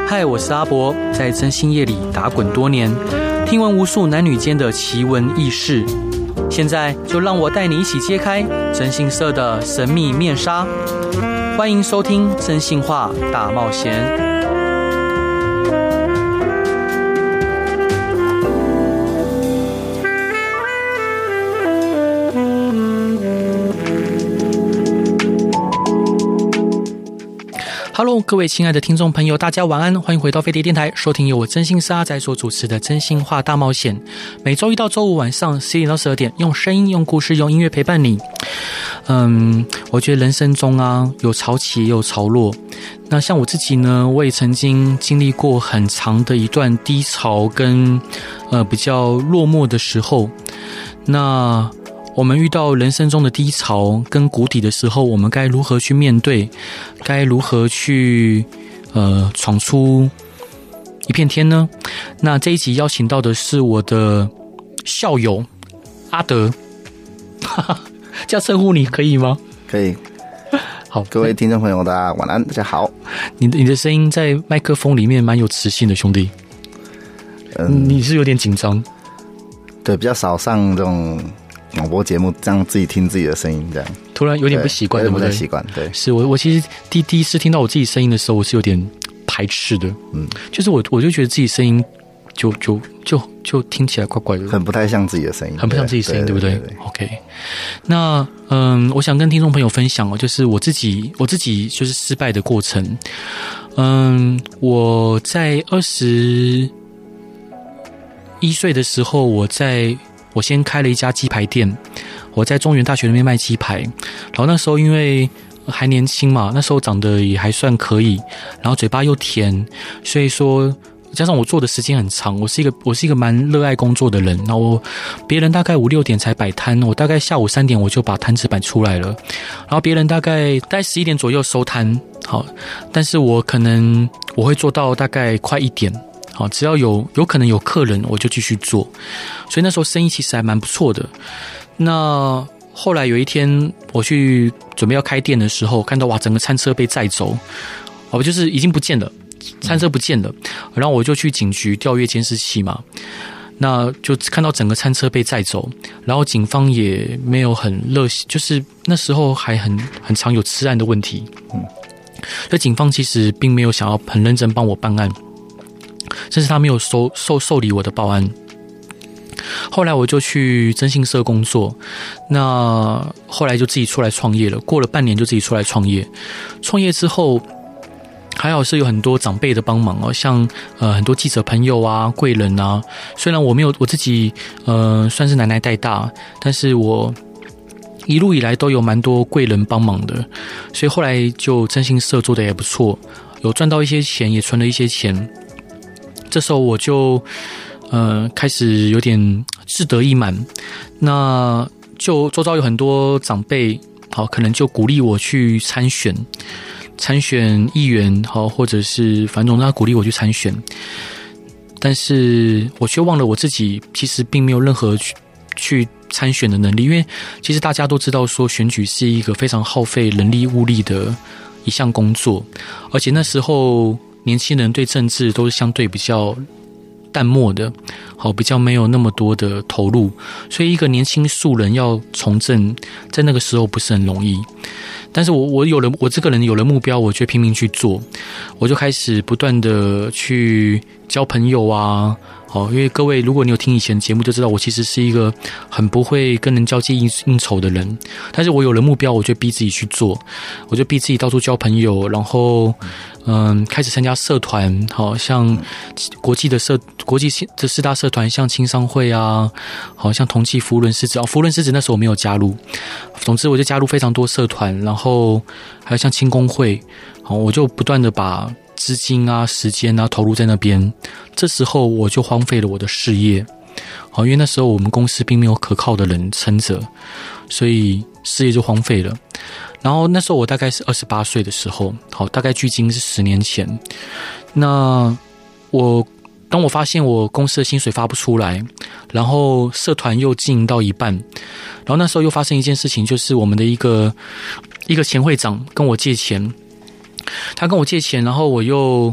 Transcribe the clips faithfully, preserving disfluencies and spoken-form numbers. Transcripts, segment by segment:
嗨，我是阿伯，在真心夜里打滚多年，听闻无数男女间的奇闻异事。现在就让我带你一起揭开真心社的神秘面纱。欢迎收听《真心话大冒险》。Hello， 各位亲爱的听众朋友，大家晚安，欢迎回到飞碟电台，收听由我真心是阿仔所主持的《真心话大冒险》。每周一到周五晚上十点到十二点，用声音、用故事、用音乐陪伴你。嗯，我觉得人生中啊，有潮起也有潮落。那像我自己呢，我也曾经经历过很长的一段低潮跟呃比较落寞的时候。那我们遇到人生中的低潮跟谷底的时候，我们该如何去面对？该如何去呃闯出一片天呢？那这一集邀请到的是我的校友阿德，哈哈，这样称呼你可以吗？ 可以。 好， 各位听众朋友，大家晚安，大家好。 你的你的声音在麦克风里面蛮有磁性的，兄弟。嗯，你是有点紧张？ 对，比较少上这种广播节目，这样自己听自己的声音，这样突然有点不习惯，对不对？ 不太习惯，对。 是我我其实第第一次听到我自己声音的时候，我是有点排斥的，嗯，就是我我就觉得自己声音就就就就听起来怪怪的， 很不太像自己的声音， 很不像自己声音，对不对？ 对对对对 ？OK， 那嗯，我想跟听众朋友分享哦，就是我自己我自己就是失败的过程。嗯，我在二十一岁的时候，我在。我先开了一家鸡排店，我在中原大学那边卖鸡排，然后那时候因为还年轻嘛，那时候长得也还算可以，然后嘴巴又甜，所以说加上我做的时间很长，我是一个我是一个蛮热爱工作的人，然后我别人大概五六点才摆摊，我大概下午三点我就把摊子摆出来了，然后别人大概大概十一点左右收摊，好，但是我可能我会做到大概快一点。好，只要有有可能有客人，我就继续做。所以那时候生意其实还蛮不错的。那后来有一天，我去准备要开店的时候，看到哇，整个餐车被载走，哦，就是已经不见了，餐车不见了。然后我就去警局调阅监视器嘛，那就看到整个餐车被载走，然后警方也没有很热心，就是那时候还很很常有吃案的问题。嗯，所以警方其实并没有想要很认真帮我办案。甚至他没有收受受理我的报案。后来我就去征信社工作，那后来就自己出来创业了。过了半年就自己出来创业。创业之后，还好是有很多长辈的帮忙哦，像呃很多记者朋友啊、贵人啊。虽然我没有我自己呃算是奶奶带大，但是我一路以来都有蛮多贵人帮忙的，所以后来就征信社做的也不错，有赚到一些钱，也存了一些钱。这时候我就呃开始有点志得意满，那就周遭有很多长辈，好，可能就鼓励我去参选，参选议员，好，或者是反正他鼓励我去参选，但是我却忘了我自己其实并没有任何去去参选的能力，因为其实大家都知道说选举是一个非常耗费人力物力的一项工作，而且那时候。年轻人对政治都是相对比较淡漠的，好，比较没有那么多的投入，所以一个年轻素人要从政，在那个时候不是很容易。但是我我有了，我这个人有了目标，我就拼命去做，我就开始不断的去交朋友啊。好，因为各位，如果你有听以前节目，就知道我其实是一个很不会跟人交际应应酬的人。但是我有了目标，我就逼自己去做，我就逼自己到处交朋友，然后嗯，开始参加社团，好像国际的社国际的四大社团，像青商会啊，好像同济福伦狮子哦，福伦狮子那时候我没有加入。总之，我就加入非常多社团，然后还有像青工会，好，我就不断的把资金啊、时间啊投入在那边，这时候我就荒废了我的事业。好，因为那时候我们公司并没有可靠的人撑着，所以事业就荒废了。然后那时候我大概是二十八岁的时候，好，大概距今是十年前。那我当我发现我公司的薪水发不出来，然后社团又经营到一半，然后那时候又发生一件事情，就是我们的一个一个前会长跟我借钱，他跟我借钱，然后我又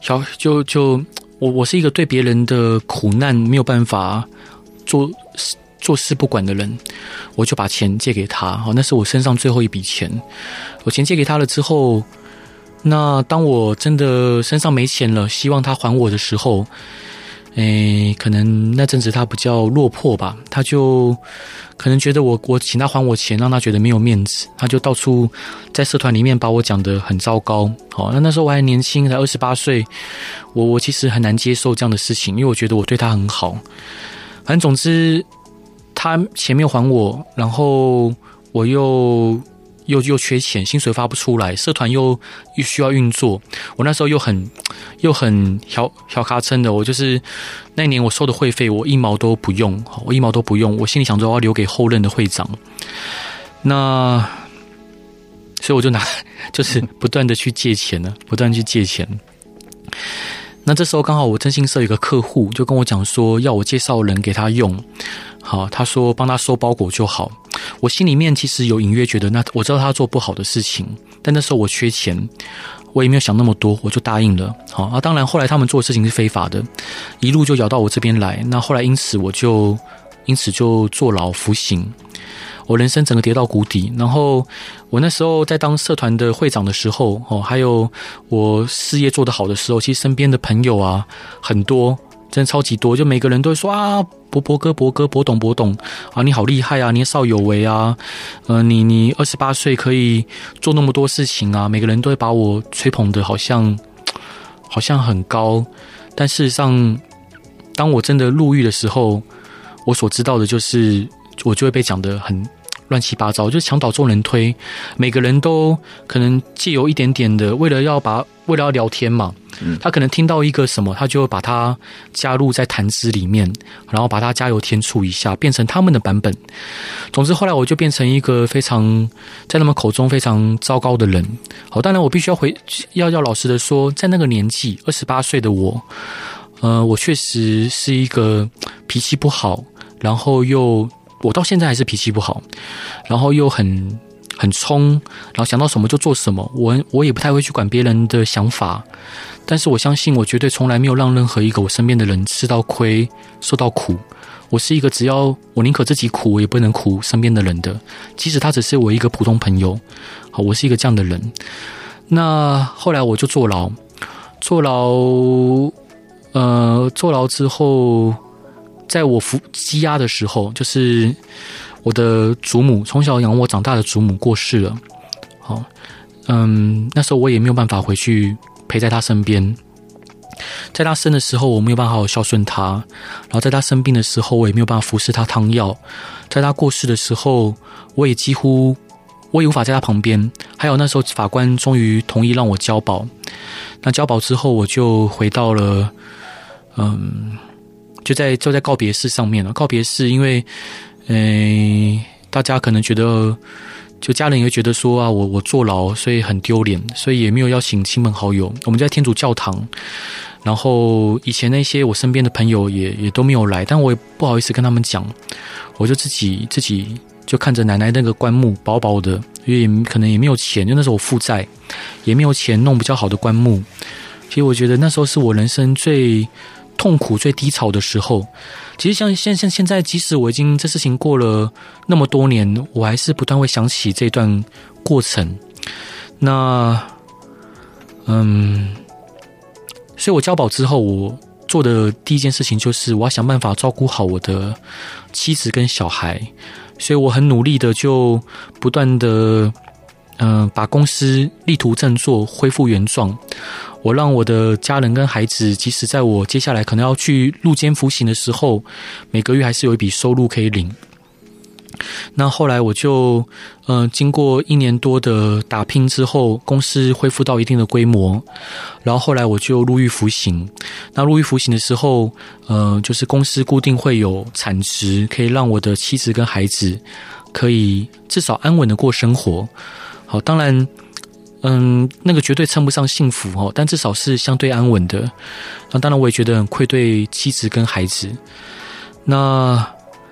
小就就我我是一个对别人的苦难没有办法做坐视不管的人，我就把钱借给他。好，那是我身上最后一笔钱。我钱借给他了之后，那当我真的身上没钱了，希望他还我的时候，诶，可能那阵子他比较落魄吧，他就可能觉得我我请他还我钱，让他觉得没有面子，他就到处在社团里面把我讲得很糟糕。好，那那时候我还年轻，才二十八岁，我我其实很难接受这样的事情，因为我觉得我对他很好。反正总之，他钱没有还我，然后我又又又缺钱，薪水发不出来，社团又又需要运作。我那时候又很又很小小卡称的，我就是那一年我收的会费，我一毛都不用，我一毛都不用，我心里想着我要留给后任的会长。那所以我就拿就是不断的去借钱了，不断去借钱。那这时候刚好我征信社有一个客户就跟我讲说，要我介绍人给他用。好，他说帮他收包裹就好。我心里面其实有隐约觉得，那我知道他做不好的事情，但那时候我缺钱，我也没有想那么多，我就答应了。好啊，当然后来他们做的事情是非法的，一路就咬到我这边来。那后来因此我就因此就坐牢服刑，我人生整个跌到谷底。然后我那时候在当社团的会长的时候，哦，还有我事业做得好的时候，其实身边的朋友啊很多，真的超级多，就每个人都会说啊，博博哥博哥博董博董啊，你好厉害啊，年少有为啊，呃，你你二十八岁可以做那么多事情啊，每个人都会把我吹捧的好像好像很高，但事实上，当我真的入狱的时候，我所知道的就是，我就会被讲得很乱七八糟，就是墙倒众人推，每个人都可能借由一点点的，为了要把为了要聊天嘛。他可能听到一个什么，他就把它加入在谈资里面，然后把它加油添醋一下，变成他们的版本。总之后来我就变成一个非常在他们口中非常糟糕的人。好，当然我必须要回要要老实的说，在那个年纪二十八岁的我，呃，我确实是一个脾气不好，然后又我到现在还是脾气不好，然后又很很冲，然后想到什么就做什么，我我也不太会去管别人的想法。但是我相信我绝对从来没有让任何一个我身边的人吃到亏受到苦，我是一个只要我宁可自己苦我也不能苦身边的人的，即使他只是我一个普通朋友。好，我是一个这样的人。那后来我就坐牢，坐牢呃坐牢之后，在我服羁押的时候，就是我的祖母从小养我长大的祖母过世了。好，嗯，那时候我也没有办法回去陪在他身边，在他生的时候我没有办法好好孝顺他，然后在他生病的时候我也没有办法服侍他汤药，在他过世的时候我也几乎我也无法在他旁边。还有那时候法官终于同意让我交保，那交保之后我就回到了嗯，就在就在告别式上面了。告别式因为呃大家可能觉得就家人也会觉得说啊，我我坐牢，所以很丢脸，所以也没有邀请亲朋好友。我们在天主教堂，然后以前那些我身边的朋友也也都没有来，但我也不好意思跟他们讲，我就自己自己就看着奶奶那个棺木薄薄的，因为也可能也没有钱，就那时候我负债，也没有钱弄比较好的棺木。其实我觉得那时候是我人生最痛苦、最低潮的时候。其实像现现现在，即使我已经这事情过了那么多年，我还是不断会想起这段过程。那，嗯，所以我交保之后，我做的第一件事情就是我要想办法照顾好我的妻子跟小孩。所以我很努力的就不断的，嗯、呃，把公司力图振作，恢复原状。我让我的家人跟孩子，即使在我接下来可能要去入监服刑的时候，每个月还是有一笔收入可以领。那后来我就，呃，经过一年多的打拼之后，公司恢复到一定的规模，然后后来我就入狱服刑。那入狱服刑的时候，呃，就是公司固定会有产值，可以让我的妻子跟孩子可以至少安稳的过生活。好，当然。嗯，那个绝对称不上幸福哦，但至少是相对安稳的。那当然，我也觉得很愧对妻子跟孩子。那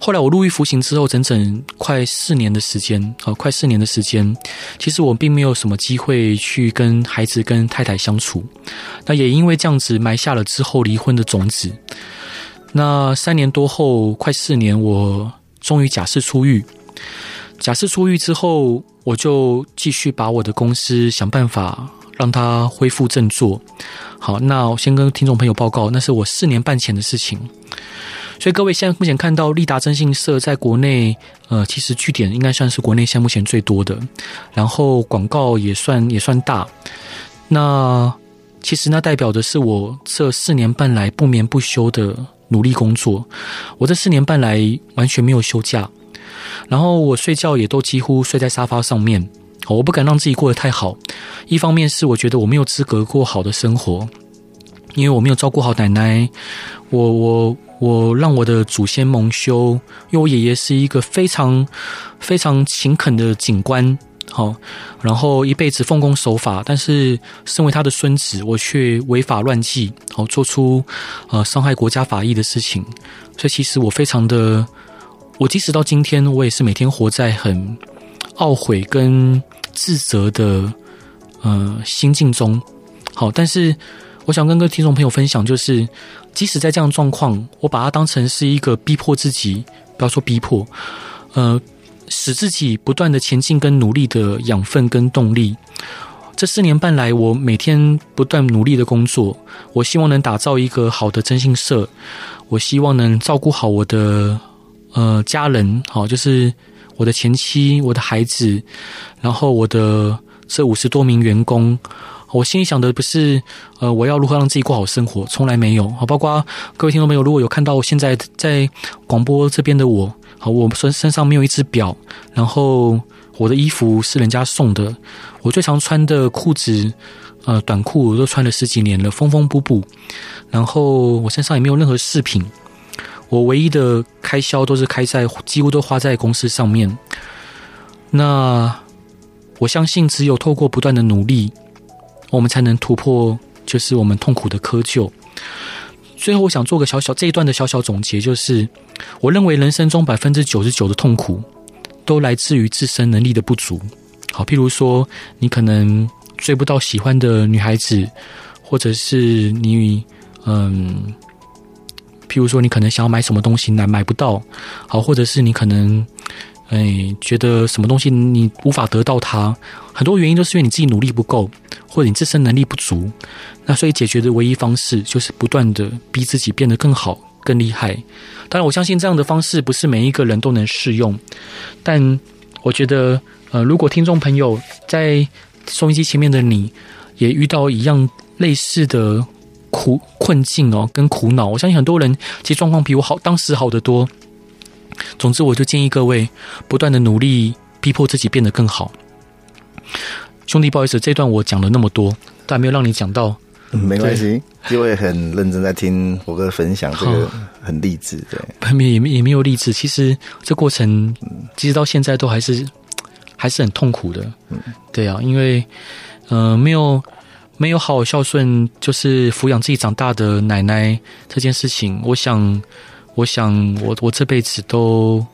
后来我入狱服刑之后，整整快四年的时间，呃，快四年的时间，其实我并没有什么机会去跟孩子、跟太太相处。那也因为这样子埋下了之后离婚的种子。那三年多后，快四年，我终于假释出狱。假释出狱之后，我就继续把我的公司想办法让它恢复振作。好，那我先跟听众朋友报告，那是我四年半前的事情。所以各位现在目前看到立达征信社在国内，呃，其实据点应该算是国内现在目前最多的，然后广告也算也算大。那其实那代表的是我这四年半来不眠不休的努力工作。我这四年半来完全没有休假，然后我睡觉也都几乎睡在沙发上面。我不敢让自己过得太好，一方面是我觉得我没有资格过好的生活，因为我没有照顾好奶奶，我我我让我的祖先蒙羞，因为我爷爷是一个非常非常勤恳的警官，好，然后一辈子奉公守法，但是身为他的孙子，我却违法乱纪，好，做出呃伤害国家法益的事情，所以其实我非常的，我即使到今天，我也是每天活在很懊悔跟自责的呃心境中。好，但是我想跟各位听众朋友分享，就是即使在这样的状况，我把它当成是一个逼迫自己，不要说逼迫，呃，使自己不断的前进跟努力的养分跟动力。这四年半来，我每天不断努力的工作，我希望能打造一个好的征信社，我希望能照顾好我的呃家人，好，就是我的前妻、我的孩子，然后我的这五十多名员工。我心里想的不是，呃，我要如何让自己过好生活，从来没有。好，包括各位听众朋友，如果有看到我现在在广播这边的我，好，我身身上没有一只表，然后我的衣服是人家送的，我最常穿的裤子，呃，短裤我都穿了十几年了，缝缝补补，然后我身上也没有任何饰品，我唯一的开销都是开在，几乎都花在公司上面。那我相信，只有透过不断的努力，我们才能突破，就是我们痛苦的窠臼。最后，我想做个小小这一段的小小总结，就是我认为人生中百分之九十九的痛苦，都来自于自身能力的不足。好，譬如说，你可能追不到喜欢的女孩子，或者是你，嗯，譬如说，你可能想要买什么东西，买买不到。好，或者是你可能，哎，觉得什么东西你无法得到它，很多原因都是因为你自己努力不够，或者你自身能力不足。那所以解决的唯一方式就是不断的逼自己变得更好、更厉害。当然，我相信这样的方式不是每一个人都能适用，但我觉得，呃，如果听众朋友在收音机前面的你也遇到一样类似的苦困境哦，跟苦恼，我相信很多人其实状况比我好，当时好得多。总之，我就建议各位不断的努力，逼迫自己变得更好。兄弟，不好意思，这段我讲了那么多，但没有让你讲到。 嗯、没关系，因为很认真在听我哥分享，这个很励志，对， 也也没有励志。其实这过程，其实到现在都还是还是很痛苦的。嗯，对啊，因为呃，没有没有好好孝顺，就是抚养自己长大的奶奶这件事情，我想。我想我，我我这辈子都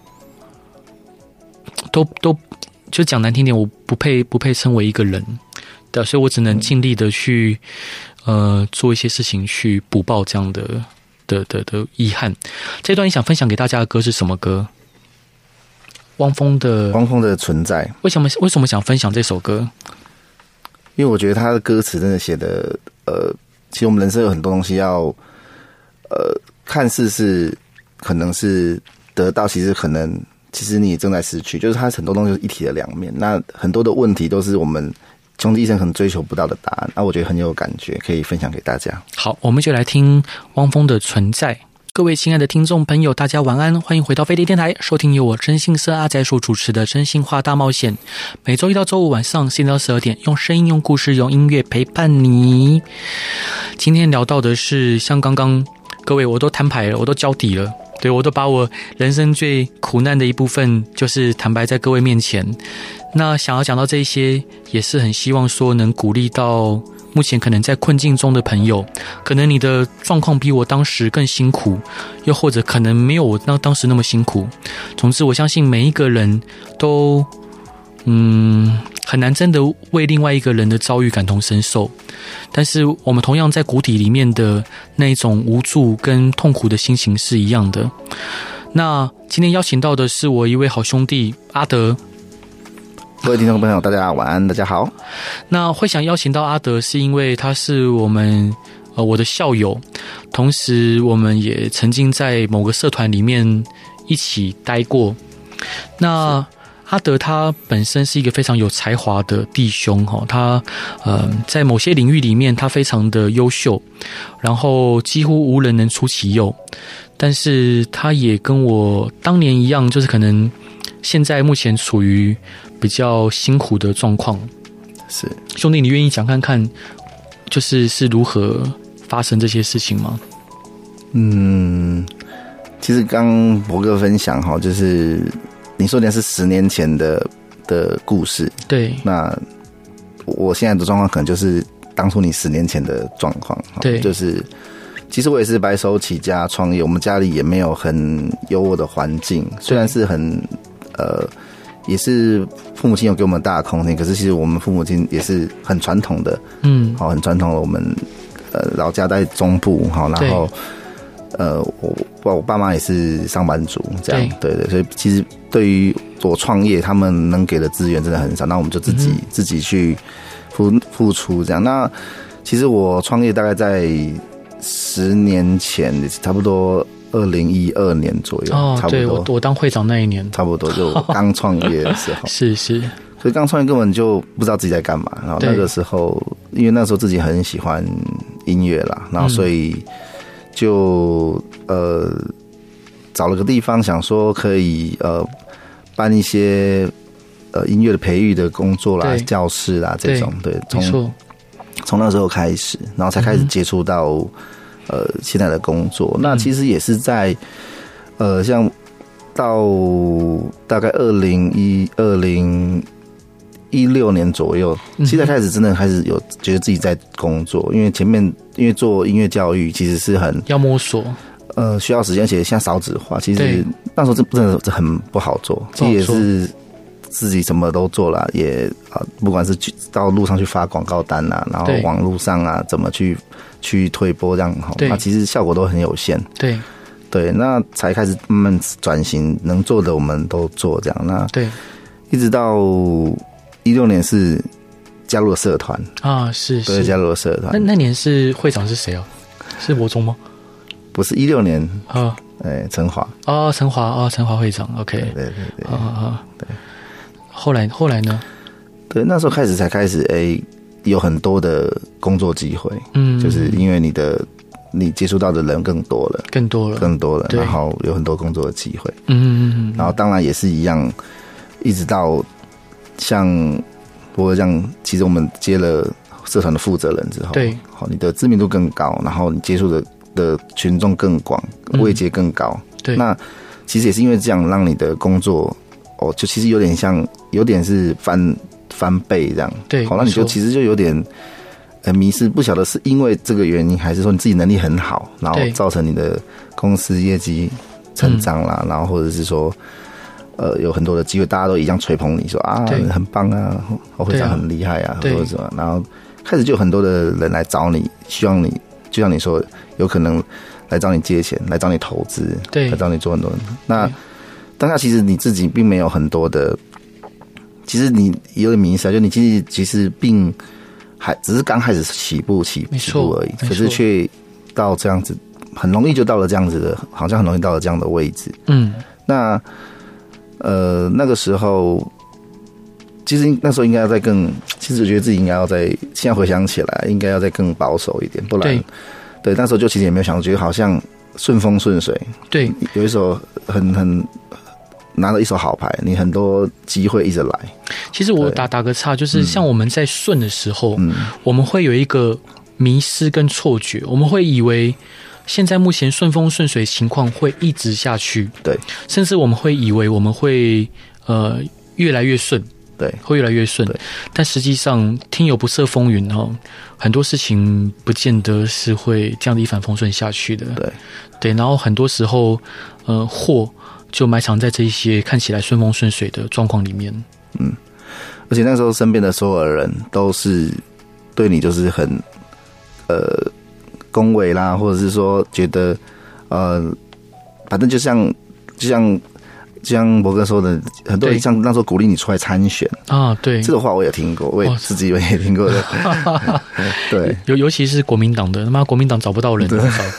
都都，就讲难听点，我不配不配称为一个人的，所以我只能尽力的去呃做一些事情去补报这样的的的的遗憾。这段你想分享给大家的歌是什么歌？汪峰的汪峰的存在。 为什么为什么想分享这首歌？ 因为我觉得他的歌词真的写的，呃，其实我们人生有很多东西要，呃，看似是。可能是得到，其实可能其实你正在失去，就是它很多东西是一体的两面。那很多的问题都是我们穷极一生可能追求不到的答案。那我觉得很有感觉，可以分享给大家。 好，我们就来听汪峰的《存在》。各位亲爱的听众朋友，大家晚安，欢迎回到飞碟电台，收听由我真心社阿仔所主持的真心话大冒险。每周一到周五晚上十点到十二点，用声音、用故事、用音乐陪伴你。今天聊到的是，像刚刚各位我都摊牌了，我都交底了。对，我都把我人生最苦难的一部分，就是坦白在各位面前。那想要讲到这些，也是很希望说能鼓励到目前可能在困境中的朋友，可能你的状况比我当时更辛苦，又或者可能没有我当当时那么辛苦。总之，我相信每一个人都，嗯，很难真的为另外一个人的遭遇感同身受。但是，我们同样在谷底里面的那一种无助跟痛苦的心情是一样的。那今天邀请到的是我一位好兄弟阿德。 各位听众朋友，大家晚安，大家好。 那会想邀请到阿德，是因为他是我们呃我的校友，同时我们也曾经在某个社团里面一起待过。那阿德他本身是一个非常有才华的弟兄哈，他呃在某些领域里面他非常的优秀，然后几乎无人能出其右。但是他也跟我当年一样，就是可能现在目前处于比较辛苦的状况。 是兄弟，你愿意讲看看，就是是如何发生这些事情吗？ 嗯，其实刚博哥分享哈，就是你说的是十年前的的故事， 对。 那我现在的状况可能就是当初你十年前的状况， 对， 就是其实我也是白手起家创业，我们家里也没有很优渥的环境，虽然是很呃。也是父母亲有给我们大的空间，可是其实我们父母亲也是很传统的，嗯，好，很传统的。我们呃老家在中部，好，然后呃我我爸妈也是上班族，这样，对 对, 对，所以其实对于我创业，他们能给的资源真的很少，那我们就自己、嗯、自己去付付出这样。那其实我创业大概在十年前，差不多。二零一二年左右， 哦， 差不多。 对，我我当会长那一年， 差不多就刚创业的时候， 是是， 所以刚创业根本就不知道自己在干嘛。然后那个时候，因为那时候自己很喜欢音乐啦，然后所以就、嗯、呃找了个地方，想说可以呃办一些呃音乐的培育的工作啦、教室啦这种，对，从从那时候开始，然后才开始接触到。嗯呃，现在的工作，那其实也是在，呃，像到大概二零一二零一六年左右，现在开始真的开始有觉得自己在工作，因为前面因为做音乐教育其实是很要摸索， 呃，需要时间，而且像少子化，其实那时候真真的很不好做，其实也是自己什么都做了，也啊，不管是去到路上去发广告单啊，然后网络上啊，怎么去。去推播这样哈，那其实效果都很有限。 对， 对，那才开始慢慢转型，能做的我们都做这样。那对， 一直到一六年是加入了社团啊，是是对，加入了社团。 那那年是会长是谁哦？是国中吗？ 不是一六年啊， 哎，陈华哦，陈华哦，陈华会长 ，OK， 对对对对， 啊啊，对。后来后来呢？ 对，那时候开始才开始哎。有很多的工作机会，嗯，就是因为你的你接触到的人更多了， 更多了， 更多了，然后有很多工作的机会， 嗯嗯嗯， 然后当然也是一样，一直到像不过这样，其实我们接了社团的负责人之后， 对， 好，你的知名度更高，然后你接触的的群众更广，位阶更高，嗯、 对， 那其实也是因为这样，让你的工作哦，就其实有点像，有点是翻。翻倍这样， 对， 好，那你就其实就有点呃迷失，不晓得是因为这个原因，还是说你自己能力很好，然后造成你的公司业绩成长啦，嗯、然后或者是说呃有很多的机会，大家都一样吹捧你说啊很棒啊，会长很厉害啊，或者什么，然后开始就有很多的人来找你，希望你就像你说，有可能来找你借钱，来找你投资， 对， 来找你做很多。那当下其实你自己并没有很多的。其实你有点迷失，就你其实其实并还只是刚开始起步起起步而已，可是却到这样子，很容易就到了这样子的，好像很容易到了这样的位置。嗯，那呃那个时候，其实那时候应该要再更，其实我觉得自己应该要再，现在回想起来，应该要再更保守一点，不然对，对那时候就其实也没有想，觉得好像顺风顺水。 对， 有一首很很。拿了一手好牌，你很多机会一直来。 其实我打打个岔，就是像我们在顺的时候，嗯、我们会有一个迷失跟错觉，我们会以为现在目前顺风顺水情况会一直下去， 对， 甚至我们会以为我们会呃越来越顺， 对， 会越来越顺。但实际上天有不测风云哈，很多事情不见得是会这样的一帆风顺下去的。 对对，然后很多时候呃祸就埋藏在这一些看起来顺风顺水的状况里面。 嗯，而且那时候身边的所有人都是对你就是很呃恭维啦，或者是说觉得呃反正就像就像就像摩哥说的，很多人像那时候鼓励你出来参选啊，对， 这个话我也听过，我也自己也听过的。对， 尤尤其是国民党的，他妈国民党找不到人，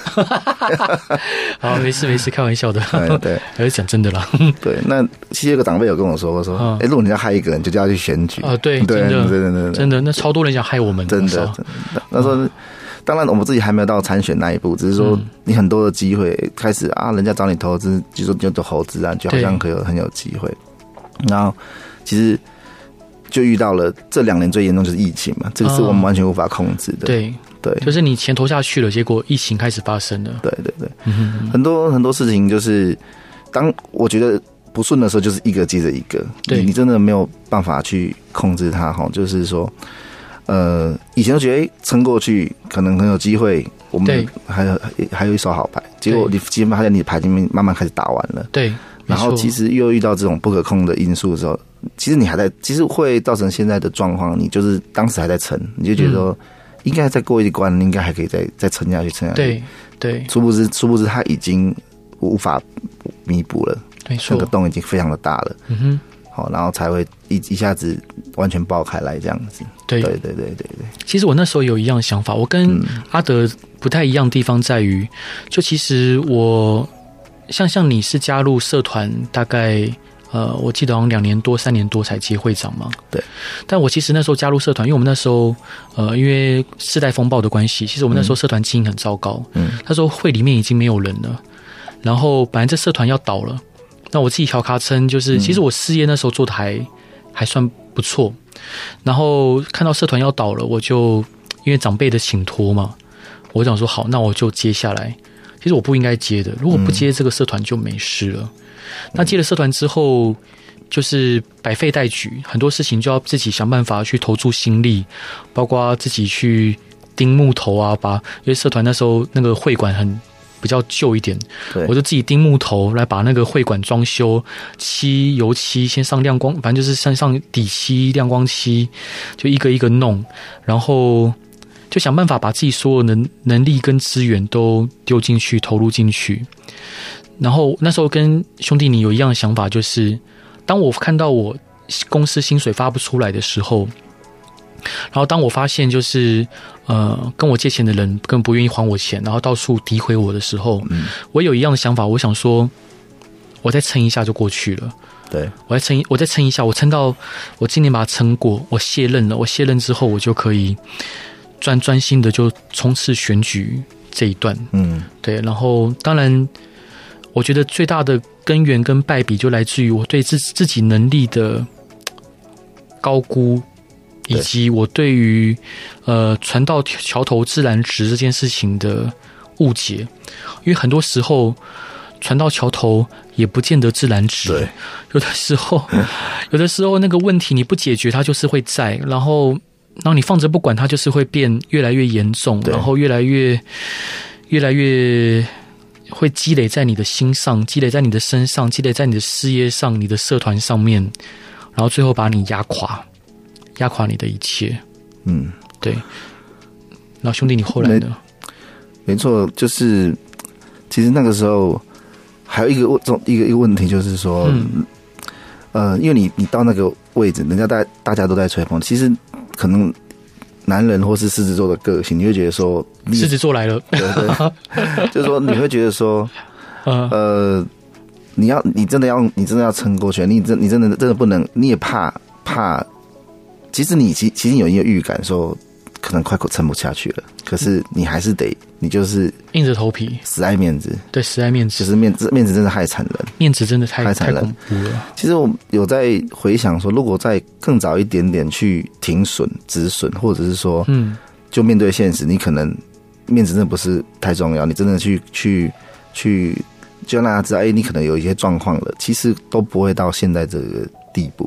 好，没事没事，开玩笑的。 对对， 还是讲真的啦。对， 那其实有个长辈有跟我说过说，哎、嗯，如果你要害一个人，就叫他去选举啊。对， 对， 真的真的真的真的，那超多人想害我们， 真的。真的那时候。嗯，当然，我们自己还没有到参选那一步，只是说你很多的机会开始啊，人家找你投资，就说就投资啊，就好像可以有很有机会。然后其实就遇到了这两年最严重就是疫情嘛，这个是我们完全无法控制的。 对对， 就是你钱投下去了，结果疫情开始发生了。 对对对，嗯、很多很多事情就是当我觉得不顺的时候，就是一个接着一个，你你真的没有办法去控制它哈，就是说。呃，以前都觉得哎，撑过去可能很有机会，我们还有还有一手好牌，结果你基本发现你的牌已经慢慢开始打完了， 对， 然后其实又遇到这种不可控的因素的时候，其实你还在，其实会造成现在的状况，你就是当时还在撑，你就觉得说、嗯、应该再过一关，应该还可以再再撑下去，撑下去， 对对， 殊不知殊不知他已经无法弥补了， 没错， 那个洞已经非常的大了，嗯哼。好，然后才会一一下子完全爆开来这样子。 对对对对对对。 其实我那时候有一样的想法，我跟阿德不太一样的地方在于，就其实我像像你是加入社团，大概呃，我记得好像两年多、三年多才接会长嘛。 对。 但我其实那时候加入社团，因为我们那时候呃，因为世代风暴的关系，其实我们那时候社团经营很糟糕。嗯。那时候会里面已经没有人了，然后本来这社团要倒了。那我自己调卡称就是，其实我事业那时候做的还、嗯、还算不错，然后看到社团要倒了，我就因为长辈的请托嘛，我想说好，那我就接下来。其实我不应该接的，如果不接这个社团就没事了。嗯、那接了社团之后，就是百废待举，很多事情就要自己想办法去投注心力，包括自己去钉木头啊，把因为社团那时候那个会馆很。比较旧一点，我就自己钉木头来把那个会馆装修，漆油漆，先上亮光，反正就是先上底漆、亮光漆，就一个一个弄，然后就想办法把自己所有能能力跟资源都丢进去，投入进去。然后那时候跟兄弟你有一样的想法，就是当我看到我公司薪水发不出来的时候。然后当我发现就是呃跟我借钱的人更不愿意还我钱，然后到处诋毁我的时候、嗯、我有一样的想法，我想说我再撑一下就过去了。 对， 我再撑我再撑一下，我撑到我今年把它撑过，我卸任了，我卸任之后我就可以专专心的就冲刺选举这一段。嗯，对，然后当然我觉得最大的根源跟败笔就来自于我对自自己能力的高估，以及我对于呃船到桥头自然直这件事情的误解，因为很多时候船到桥头也不见得自然直，对，有的时候有的时候那个问题你不解决它就是会在，然后然后你放着不管它就是会变越来越严重，然后越来越越来越会积累在你的心上，积累在你的身上，积累在你的事业上，你的社团上面，然后最后把你压垮压垮你的一切。嗯，对。然后兄弟你后来呢？ 没错，就是其实那个时候还有一个一个一个问题，就是说、嗯、呃因为你你到那个位置，人家大大家都在吹风，其实可能男人或是狮子座的个性，你会觉得说狮子座来了， 对对，就是说你会觉得说呃你要你真的要你真的要撑过去，你真你真的真的不能，你也怕怕其实你其其实有一个预感说可能快撑不下去了，可是你还是得，你就是硬着头皮， 死爱面子。对， 死爱面子， 就是面子，面子真的害惨人， 面子真的太害惨人， 太恐怖了。 其实我有在回想说，如果再更早一点点去停损、止损，或者是说，嗯，就面对现实，你可能面子真的不是太重要，你真的去去去，就让大家知道，哎、欸，你可能有一些状况了，其实都不会到现在这个地步。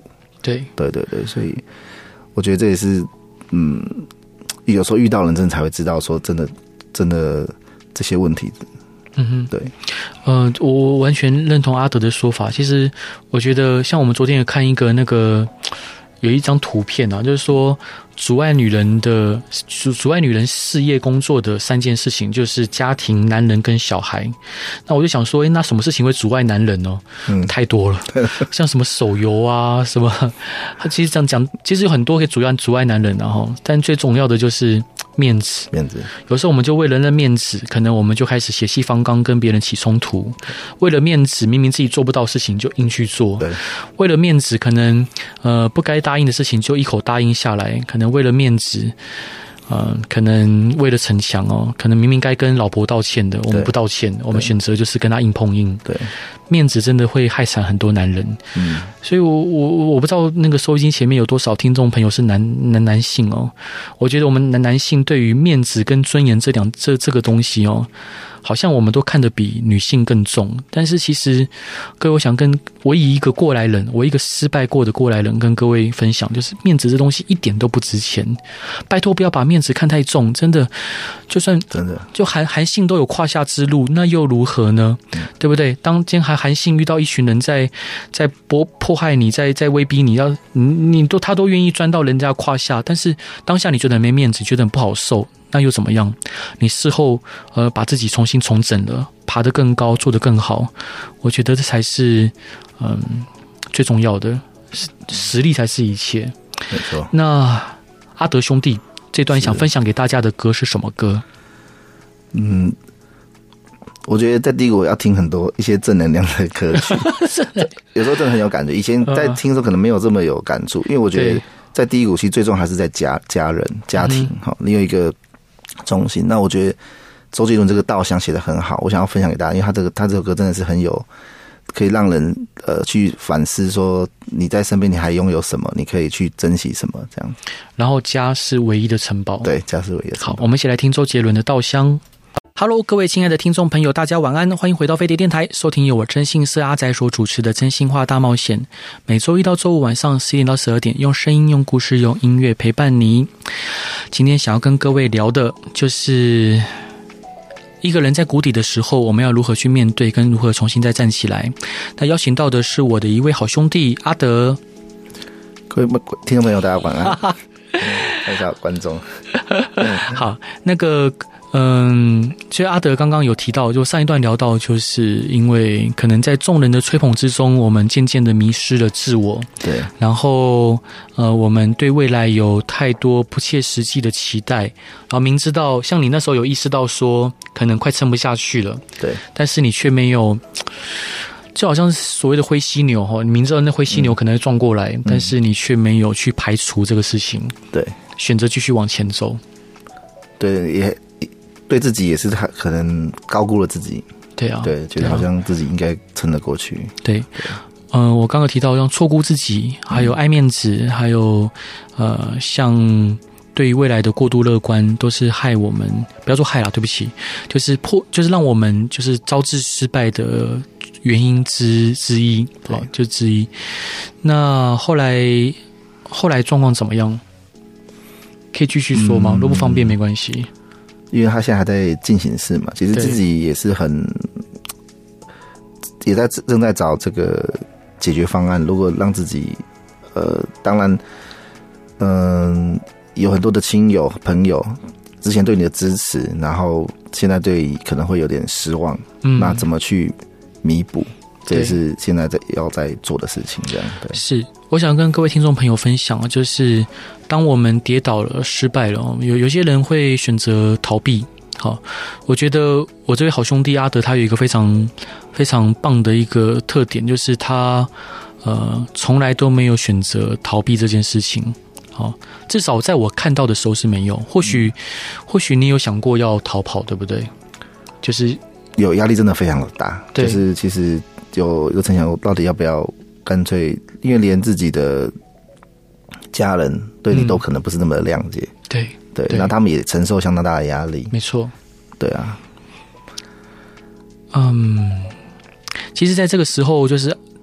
对对对对，所以我觉得这也是嗯，有时候遇到人真的才会知道说真的真的这些问题。 嗯哼， 对， 呃，我完全认同阿德的说法。其实我觉得，像我们昨天也看一个那个有一张图片啊，就是说阻碍女人的阻阻碍女人事业工作的三件事情，就是家庭、男人跟小孩。那我就想说，诶，那什么事情会阻碍男人呢？嗯，太多了，像什么手游啊，什么，其实这样讲，其实有很多可以阻碍阻碍男人啊，哈。但最重要的就是面子， 面子。 有时候我们就为了那面子，可能我们就开始血气方刚，跟别人起冲突。为了面子，明明自己做不到事情就硬去做。 对， 为了面子，可能呃不该答应的事情就一口答应下来。可能为了面子，呃，可能为了逞强哦，可能明明该跟老婆道歉的，我们不道歉，我们选择就是跟他硬碰硬。 对， 面子真的会害惨很多男人。嗯，所以我我我不知道那个收音机前面有多少听众朋友是男男男性哦。我觉得我们男男性对于面子跟尊严这两这这个东西哦，好像我们都看得比女性更重。但是其实各位，我想跟我以一个过来人，我一个失败过的过来人跟各位分享，就是面子这东西一点都不值钱。拜托不要把面子看太重，真的，就算真的就韩韩信都有胯下之辱，那又如何呢？嗯、对不对？当今韩韩信遇到一群人在在迫迫害你，在在威逼你要你你都他都愿意钻到人家胯下，但是当下你觉得很没面子，觉得很不好受。那又怎么样？你事后呃把自己重新重整了，爬得更高，做得更好，我觉得这才是嗯最重要的，实力才是一切。 没错。 那阿德兄弟这段想分享给大家的歌是什么歌？ 嗯，我觉得在低谷要听很多一些正能量的歌曲，有时候真的很有感觉。以前在听的时候可能没有这么有感触，因为我觉得在低谷其实最重要还是在家家人家庭。好、嗯，你有一个中心。那我觉得周杰伦这个稻香写得很好，我想要分享给大家，因为他这个他这首歌真的是很有可以让人呃去反思，说你在身边你还拥有什么，你可以去珍惜什么这样。 然后家是唯一的城堡， 对，家是唯一的城堡。 好，我们一起来听周杰伦的稻香。Hello， 各位亲爱的听众朋友，大家晚安，欢迎回到飞碟电台，收听由我真心是阿仔所主持的真心话大冒险。每周一到周五晚上十点到十二点，用声音、用故事、用音乐陪伴你。今天想要跟各位聊的就是一个人在谷底的时候，我们要如何去面对，跟如何重新再站起来。那邀请到的是我的一位好兄弟阿德。 各位听众朋友，大家晚安。看一下观众。 好，那个。嗯，其实阿德刚刚有提到，就上一段聊到，就是因为可能在众人的吹捧之中，我们渐渐的迷失了自我。 对。然后，呃，我们对未来有太多不切实际的期待，然后明知道，像你那时候有意识到说，可能快撑不下去了。 对。 但是你却没有，就好像是所谓的灰犀牛哈，你明知道那灰犀牛可能会撞过来，嗯、但是你却没有去排除这个事情。 对。 选择继续往前走。 对，也。对自己也是，他可能高估了自己。 对啊， 对，觉得好像自己应该撑得过去。 对，嗯、呃，我刚刚提到像错估自己，还有爱面子，还有呃，像对于未来的过度乐观，都是害我们。不要说害啦，对不起，就是破，就是让我们就是招致失败的原因之之一。好，就之一。那后来后来状况怎么样？可以继续说吗？如果不方便没关系。 因为他现在还在进行式嘛，其实自己也是很，也在正在找这个解决方案。如果让自己，呃，当然，嗯、呃，有很多的亲友朋友之前对你的支持，然后现在对可能会有点失望，嗯，那怎么去弥补？这也是现在在要在做的事情，这样对。 是，我想跟各位听众朋友分享，就是当我们跌倒了、失败了，有有些人会选择逃避。好，我觉得我这位好兄弟阿德，他有一个非常非常棒的一个特点，就是他呃从来都没有选择逃避这件事情。好，至少在我看到的时候是没有。或许、嗯、或许你有想过要逃跑，对不对？就是有压力，真的非常的大。就是其实。有有曾想过，到底要不要干脆？因为连自己的家人对你都可能不是那么的谅解，嗯、对对，那他们也承受相当大的压力。 没错， 对啊。 嗯，其实，在这个时候，就是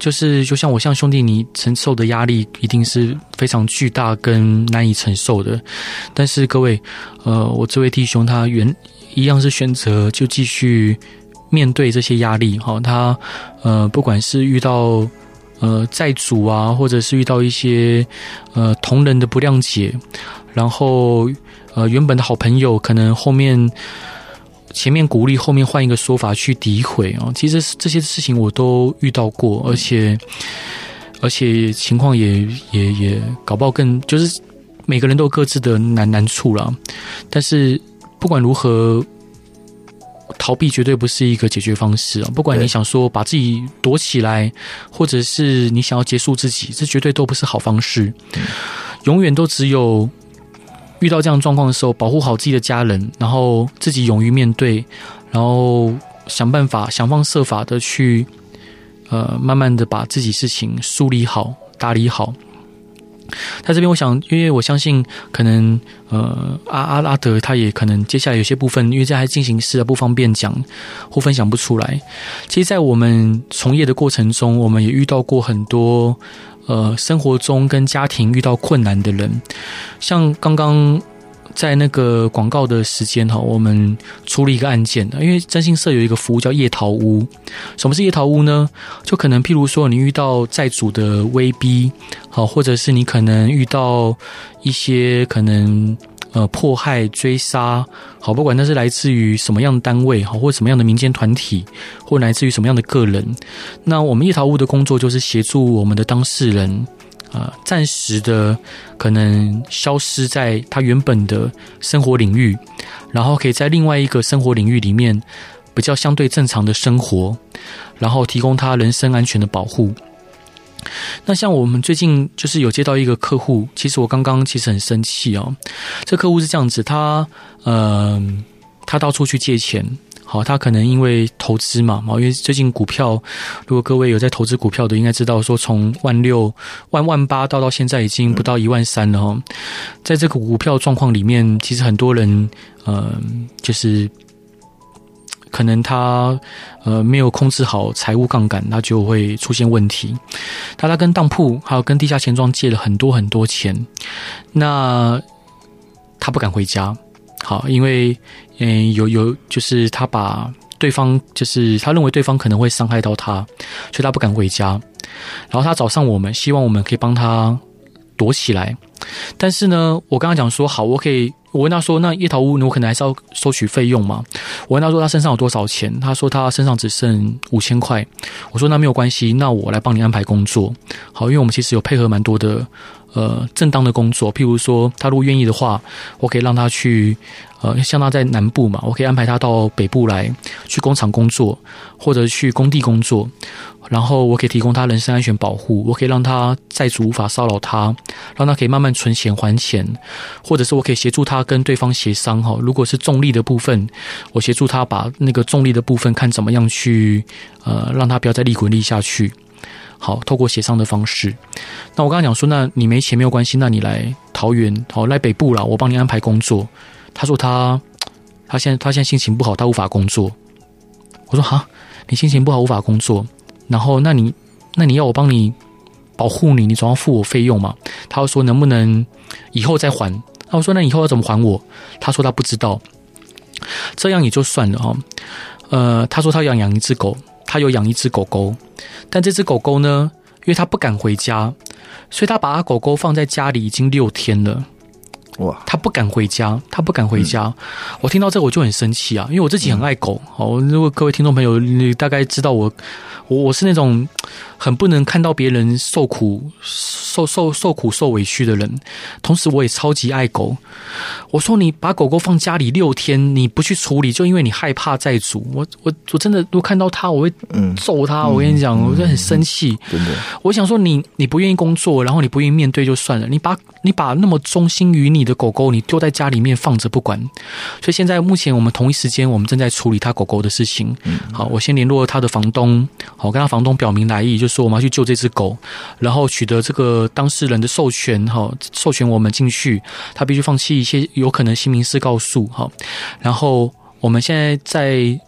就是就像我像兄弟，你承受的压力一定是非常巨大跟难以承受的。但是各位，呃，我这位弟兄他原一样是选择就继续面对这些压力，哈，他呃不管是遇到呃债主啊，或者是遇到一些呃同仁的不谅解，然后呃原本的好朋友可能后面。前面鼓励，后面换一个说法去诋毁啊！其实这些事情我都遇到过，而且而且情况也也也搞不好更就是每个人都有各自的难难处啦。但是不管如何，逃避绝对不是一个解决方式啊！不管你想说把自己躲起来，或者是你想要结束自己，这绝对都不是好方式。永远都只有。遇到这样的状况的时候，保护好自己的家人，然后自己勇于面对，然后想办法、想方设法的去，呃，慢慢的把自己事情梳理好、打理好。在这边，我想，因为我相信，可能呃，阿阿阿德他也可能接下来有些部分，因为这还进行式不方便讲或分享不出来。其实，在我们从业的过程中，我们也遇到过很多。呃，生活中跟家庭遇到困难的人，像刚刚在那个广告的时间哈，我们处理一个案件，因为征信社有一个服务叫夜逃屋。什么是夜逃屋呢？就可能譬如说你遇到债主的威逼，好，或者是你可能遇到一些可能。呃，迫害、追杀，好，不管那是来自于什么样的单位，好，或者什么样的民间团体，或来自于什么样的个人，那我们夜逃屋的工作就是协助我们的当事人，呃，暂时的可能消失在他原本的生活领域，然后可以在另外一个生活领域里面比较相对正常的生活，然后提供他人身安全的保护。那像我们最近就是有接到一个客户，其实我刚刚其实很生气哦。这客户是这样子，他呃，他到处去借钱，好，他可能因为投资嘛，因为最近股票，如果各位有在投资股票的，应该知道说从万六、万万八到到现在已经不到一万三了哈。在这个股票状况里面，其实很多人呃，就是。可能他呃没有控制好财务杠杆，他就会出现问题。他他跟当铺还有跟地下钱庄借了很多很多钱，那他不敢回家，好，因为嗯、呃、有有就是他把对方就是他认为对方可能会伤害到他，所以他不敢回家。然后他找上我们，希望我们可以帮他躲起来。但是呢，我跟他讲说，好，我可以。我问他说：“那夜逃屋，我可能还是要收取费用嘛？”我问他说：“他身上有多少钱？”他说：“他身上只剩五千块。”我说：“那没有关系，那我来帮你安排工作。”好，因为我们其实有配合蛮多的呃正当的工作，譬如说，他如果愿意的话，我可以让他去呃，像他在南部嘛，我可以安排他到北部来去工厂工作，或者去工地工作。然后我可以提供他人身安全保护，我可以让他债主无法骚扰他，让他可以慢慢存钱还钱，或者是我可以协助他跟对方协商哈，如果是重利的部分，我协助他把那个重利的部分看怎么样去呃让他不要再利滚利下去。好，透过协商的方式。那我刚刚讲说，那你没钱没有关系，那你来桃园，好，来北部啦，我帮你安排工作。他说他他现在他现在心情不好，他无法工作。我说哈，你心情不好无法工作。然后，那你，那你要我帮你保护你，你总要付我费用嘛？他说能不能以后再还？那我说那以后要怎么还我？他说他不知道。这样也就算了哈。呃，他说他养养一只狗，他有养一只狗狗，但这只狗狗呢，因为他不敢回家，所以他把他狗狗放在家里已经六天了。哇！他不敢回家，他不敢回家。嗯、我听到这个我就很生气啊，因为我自己很爱狗。好，如果各位听众朋友，你大概知道我，我我是那种很不能看到别人受苦、受受受苦、受委屈的人。同时，我也超级爱狗。我说你把狗狗放家里六天，你不去处理，就因为你害怕债主。我我我真的，如果看到他，我会揍他。嗯、我跟你讲，嗯、我真的很生气。 真的， 我想说你你不愿意工作，然后你不愿意面对就算了，你把你把那么忠心于你的狗狗，你丢在家里面放着不管。所以现在目前我们同一时间，我们正在处理他狗狗的事情。嗯、好，我先联络他的房东，好，我跟他房东表明来意，就说我们要去救这只狗，然后取得这个当事人的授权，好，授权我们进去，他必须放弃一些有可能新民事告诉，好，然后我们现在在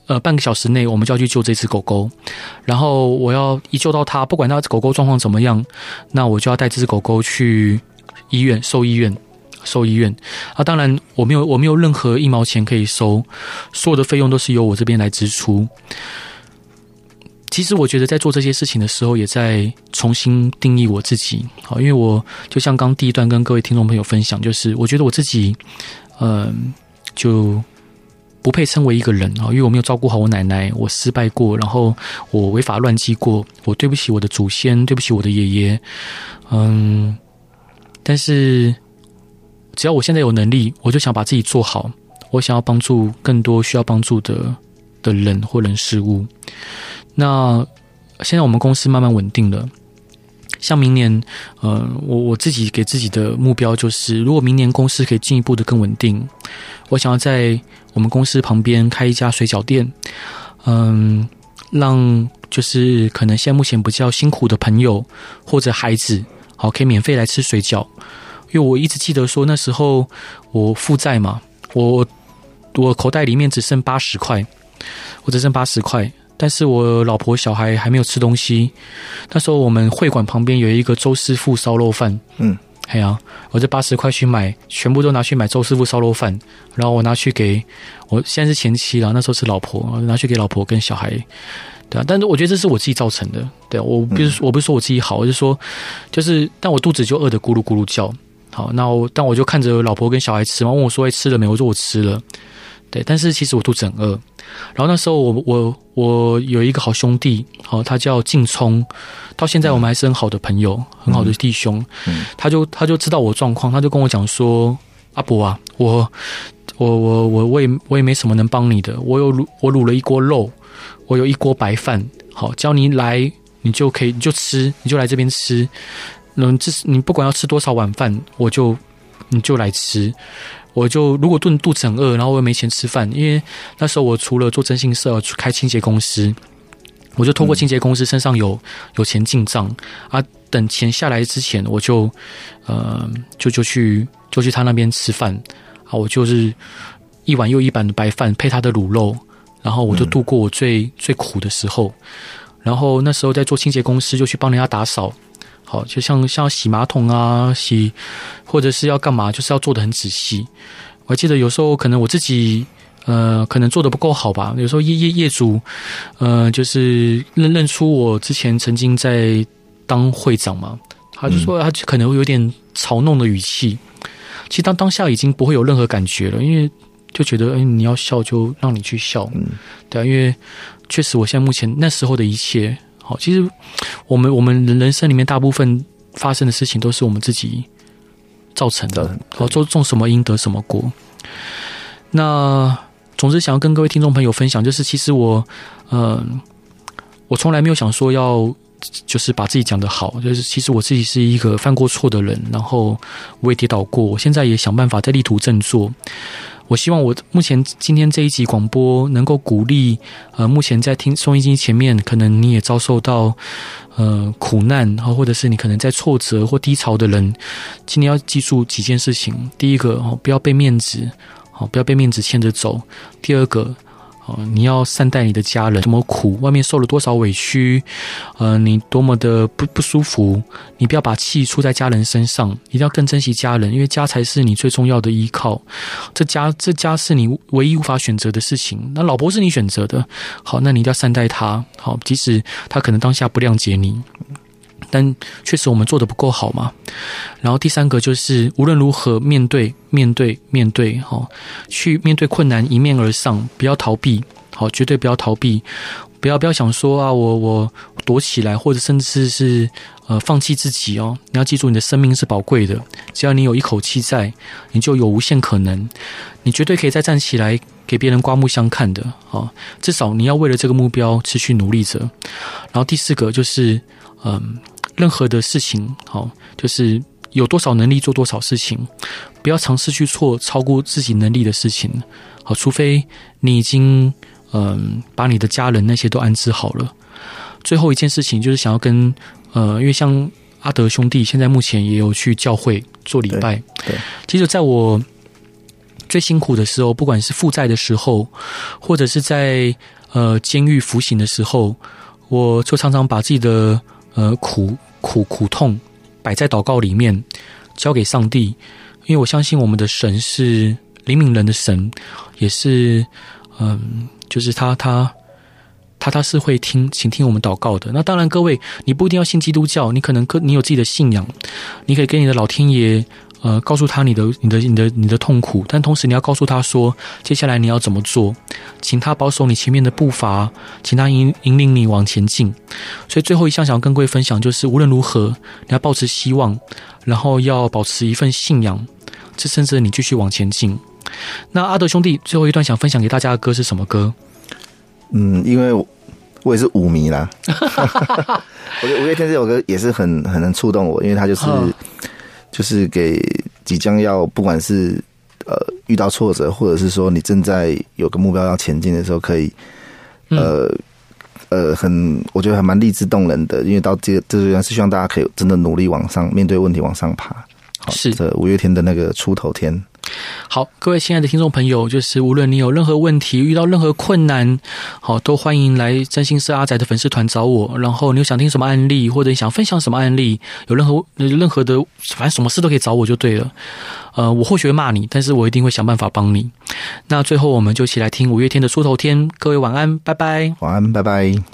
呃半个小时内我们就要去救这只狗狗，然后我要一救到它，不管它狗狗状况怎么样，那我就要带这只狗狗去医院兽医院。兽医院啊，当然我没有我没有任何一毛钱可以收，所有的费用都是由我这边来支出。其实我觉得在做这些事情的时候，也在重新定义我自己。好，因为我就像刚第一段跟各位听众朋友分享，就是我觉得我自己，嗯、呃，就不配称为一个人啊，因为我没有照顾好我奶奶，我失败过，然后我违法乱纪过，我对不起我的祖先，对不起我的爷爷，嗯，但是。只要我现在有能力，我就想把自己做好。我想要帮助更多需要帮助的的人或人事物。那现在我们公司慢慢稳定了，像明年，呃，我我自己给自己的目标就是，如果明年公司可以进一步的更稳定，我想要在我们公司旁边开一家水饺店，嗯，让就是可能现在目前比较辛苦的朋友或者孩子，好，可以免费来吃水饺。因为我一直记得说那时候我负债嘛，我我口袋里面只剩八十块，我只剩八十块，但是我老婆小孩还没有吃东西。那时候我们会馆旁边有一个周师傅烧肉饭，嗯，哎呀、啊，我这八十块去买，全部都拿去买周师傅烧肉饭，然后我拿去给我现在是前妻了，那时候是老婆，拿去给老婆跟小孩。对啊，但是我觉得这是我自己造成的。对啊，我不是我不是说我自己好，我是说，就是但我肚子就饿得咕噜咕噜叫。好，那我但我就看着老婆跟小孩吃嘛，问我说：“哎，吃了没？”我说：“我吃了。”对，但是其实我肚子很饿。然后那时候我我我有一个好兄弟，好，他叫劲聪，到现在我们还是很好的朋友，很好的弟兄。嗯，他就他就知道我状况，他就跟我讲说：“阿伯啊，我我我我我也我也没什么能帮你的，我有卤我卤了一锅肉，我有一锅白饭，好，只要你来，你就可以你就吃，你就来这边吃。”嗯，这是你不管要吃多少碗饭，我就你就来吃。我就如果肚肚子很饿，然后我又没钱吃饭，因为那时候我除了做征信社，开清洁公司，我就透过清洁公司身上有有钱进账啊。等钱下来之前，我就呃就就去就去他那边吃饭啊。我就是一碗又一碗的白饭配他的卤肉，然后我就度过我最、嗯、最苦的时候。然后那时候在做清洁公司，就去帮人家打扫。好，就像像洗马桶啊，洗或者是要干嘛，就是要做得很仔细。我还记得有时候可能我自己呃，可能做得不够好吧。有时候业业业主呃，就是认认出我之前曾经在当会长嘛，他就说他可能会有点嘲弄的语气。其实当当下已经不会有任何感觉了，因为就觉得哎，你要笑就让你去笑，嗯，对啊，因为确实我现在目前那时候的一切。好，其实我们我们人生里面大部分发生的事情都是我们自己造成的。好，做种什么因得什么果。那总之想要跟各位听众朋友分享，就是其实我，呃，我从来没有想说要就是把自己讲得好，就是其实我自己是一个犯过错的人，然后我也跌倒过，我现在也想办法在力图振作。我希望我目前今天这一集广播能够鼓励，呃，目前在听收音机前面，可能你也遭受到呃苦难，或者是你可能在挫折或低潮的人，今天要记住几件事情。第一个，哦，不要被面子，哦，不要被面子牵着走。第二个，哦，你要善待你的家人，多么苦，外面受了多少委屈，呃，你多么的不不舒服，你不要把气出在家人身上，一定要更珍惜家人，因为家才是你最重要的依靠。这家这家是你唯一无法选择的事情，那老婆是你选择的，好，那你一定要善待她，好，即使她可能当下不谅解你，但确实我们做得不够好嘛。然后第三个就是无论如何面对面对面对，好，去面对困难，迎面而上，不要逃避，好，绝对不要逃避，不要不要想说啊，我我躲起来，或者甚至是呃放弃自己哦。你要记住，你的生命是宝贵的，只要你有一口气在，你就有无限可能，你绝对可以再站起来，给别人刮目相看的啊。至少你要为了这个目标持续努力着。然后第四个就是嗯。呃任何的事情，好，就是有多少能力做多少事情，不要尝试去做超过自己能力的事情，好，除非你已经嗯、呃、把你的家人那些都安置好了。最后一件事情就是想要跟呃，因为像阿德兄弟现在目前也有去教会做礼拜，对，对，其实在我最辛苦的时候，不管是负债的时候，或者是在呃监狱服刑的时候，我就常常把自己的呃苦苦苦痛摆在祷告里面，交给上帝，因为我相信我们的神是灵悯人的神，也是嗯、呃，就是他他。他他是会听倾听我们祷告的。那当然各位，你不一定要信基督教，你可能你有自己的信仰，你可以跟你的老天爷呃告诉他你的你的你的你的痛苦，但同时你要告诉他说接下来你要怎么做，请他保守你前面的步伐，请他引引领你往前进。所以最后一项想要跟各位分享，就是无论如何你要抱持希望，然后要保持一份信仰，支撑着你继续往前进。那阿德兄弟最后一段想分享给大家的歌是什么歌？ 嗯，因为我也是舞迷啦，我觉得五月天这首歌也是很很能触动我，因为它就是、哦、就是给即将要不管是呃遇到挫折，或者是说你正在有个目标要前进的时候，可以呃、嗯、呃很我觉得还蛮励志动人的，因为到这个这段是希望大家可以真的努力往上面对问题往上爬。好，是这五月天的那个出头天。 好，各位亲爱的听众朋友，就是无论你有任何问题，遇到任何困难，好，都欢迎来真心是阿宅的粉丝团找我。然后你有想听什么案例，或者你想分享什么案例，有任何任何的，反正什么事都可以找我就对了。呃，我或许会骂你，但是我一定会想办法帮你。那最后我们就一起来听五月天的出头天。各位晚安，拜拜。 晚安，拜拜。